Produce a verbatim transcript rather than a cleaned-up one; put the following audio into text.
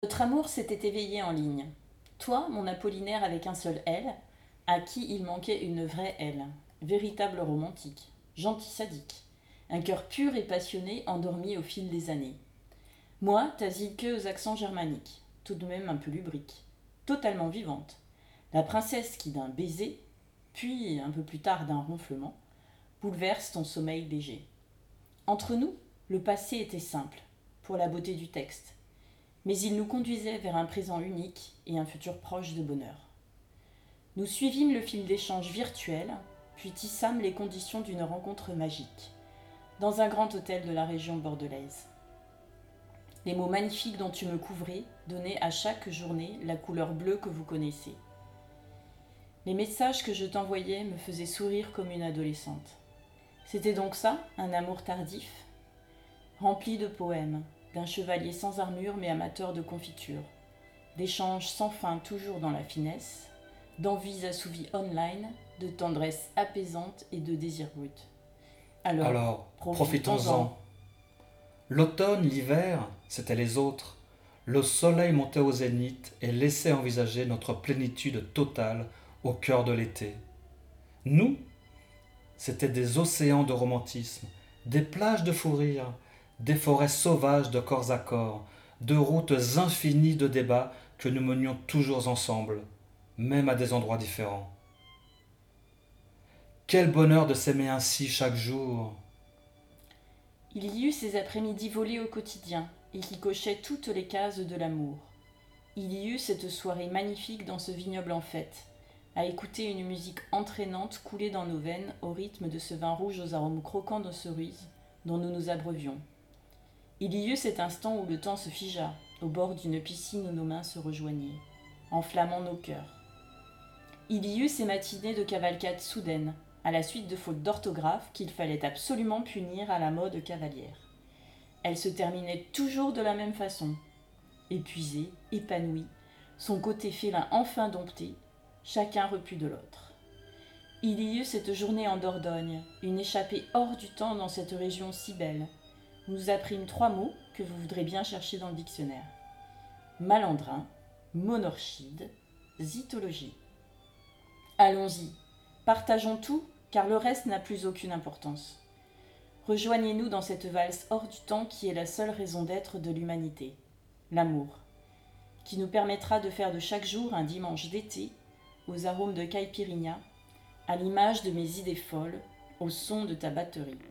Notre amour s'était éveillé en ligne. Toi, mon Apollinaire avec un seul L, à qui il manquait une vraie L, véritable romantique, gentil sadique, un cœur pur et passionné endormi au fil des années. Moi, ta Zilke aux accents germaniques, tout de même un peu lubrique, totalement vivante, la princesse qui d'un baiser, puis un peu plus tard d'un ronflement, bouleverse ton sommeil léger. Entre nous, le passé était simple, pour la beauté du texte, mais il nous conduisait vers un présent unique et un futur proche de bonheur. Nous suivîmes le fil d'échange virtuel, puis tissâmes les conditions d'une rencontre magique, dans un grand hôtel de la région bordelaise. Les mots magnifiques dont tu me couvrais donnaient à chaque journée la couleur bleue que vous connaissez. Les messages que je t'envoyais me faisaient sourire comme une adolescente. C'était donc ça, un amour tardif, rempli de poèmes, d'un chevalier sans armure mais amateur de confiture, d'échanges sans fin toujours dans la finesse, d'envies assouvies online, de tendresse apaisante et de désirs bruts. Alors, Alors, profitons-en. profitons-en. L'automne, l'hiver, c'étaient les autres. Le soleil montait au zénith et laissait envisager notre plénitude totale au cœur de l'été. Nous, c'étaient des océans de romantisme, des plages de fou rire, des forêts sauvages de corps à corps, de routes infinies de débats que nous menions toujours ensemble, même à des endroits différents. Quel bonheur de s'aimer ainsi chaque jour. Il y eut ces après-midi volés au quotidien et qui cochaient toutes les cases de l'amour. Il y eut cette soirée magnifique dans ce vignoble en fête, à écouter une musique entraînante couler dans nos veines au rythme de ce vin rouge aux arômes croquants de cerises dont nous nous abreuvions. Il y eut cet instant où le temps se figea, au bord d'une piscine où nos mains se rejoignaient, enflammant nos cœurs. Il y eut ces matinées de cavalcade soudaines, à la suite de fautes d'orthographe qu'il fallait absolument punir à la mode cavalière. Elles se terminaient toujours de la même façon. Épuisé, épanoui, son côté félin enfin dompté, chacun repu de l'autre. Il y eut cette journée en Dordogne, une échappée hors du temps dans cette région si belle. Nous apprîmes trois mots que vous voudrez bien chercher dans le dictionnaire. Malandrin, monorchide, zytologie. Allons-y, partageons tout, car le reste n'a plus aucune importance. Rejoignez-nous dans cette valse hors du temps qui est la seule raison d'être de l'humanité, l'amour, qui nous permettra de faire de chaque jour un dimanche d'été, aux arômes de caipirinha, à l'image de mes idées folles, au son de ta batterie.